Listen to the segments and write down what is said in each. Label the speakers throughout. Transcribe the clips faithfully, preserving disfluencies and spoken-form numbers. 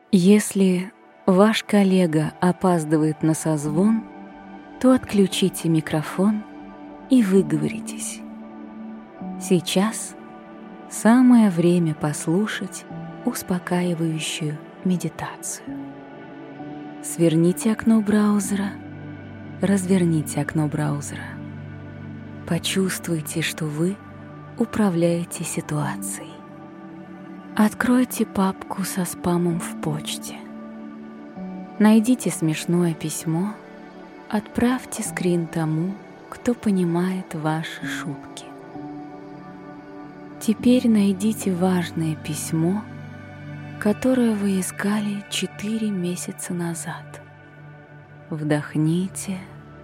Speaker 1: Если ваш коллега опаздывает на созвон, то отключите микрофон и выговоритесь. Сейчас самое время послушать успокаивающую медитацию. Сверните окно браузера, разверните окно браузера. Почувствуйте, что вы управляете ситуацией. Откройте папку со спамом в почте. Найдите смешное письмо, отправьте скрин тому, кто понимает ваши шутки. Теперь найдите важное письмо, которое вы искали четыре месяца назад. Вдохните,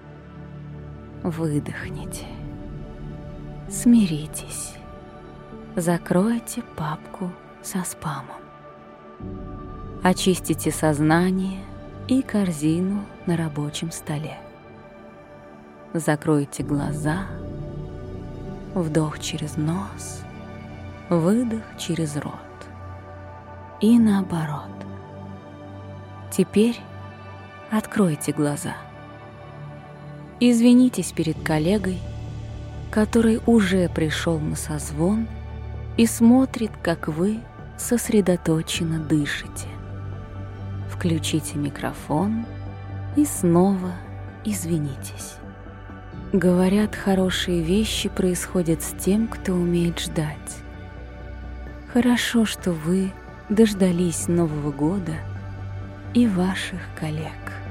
Speaker 1: выдохните. Смиритесь. Закройте папку со спамом. Очистите сознание и корзину на рабочем столе. Закройте глаза. Вдох через нос, выдох через рот. И наоборот. Теперь откройте глаза. Извинитесь перед коллегой, который уже пришел на созвон и смотрит, как вы сосредоточенно дышите. Включите микрофон и снова извинитесь. Говорят, хорошие вещи происходят с тем, кто умеет ждать. Хорошо, что вы дождались Нового года и ваших коллег.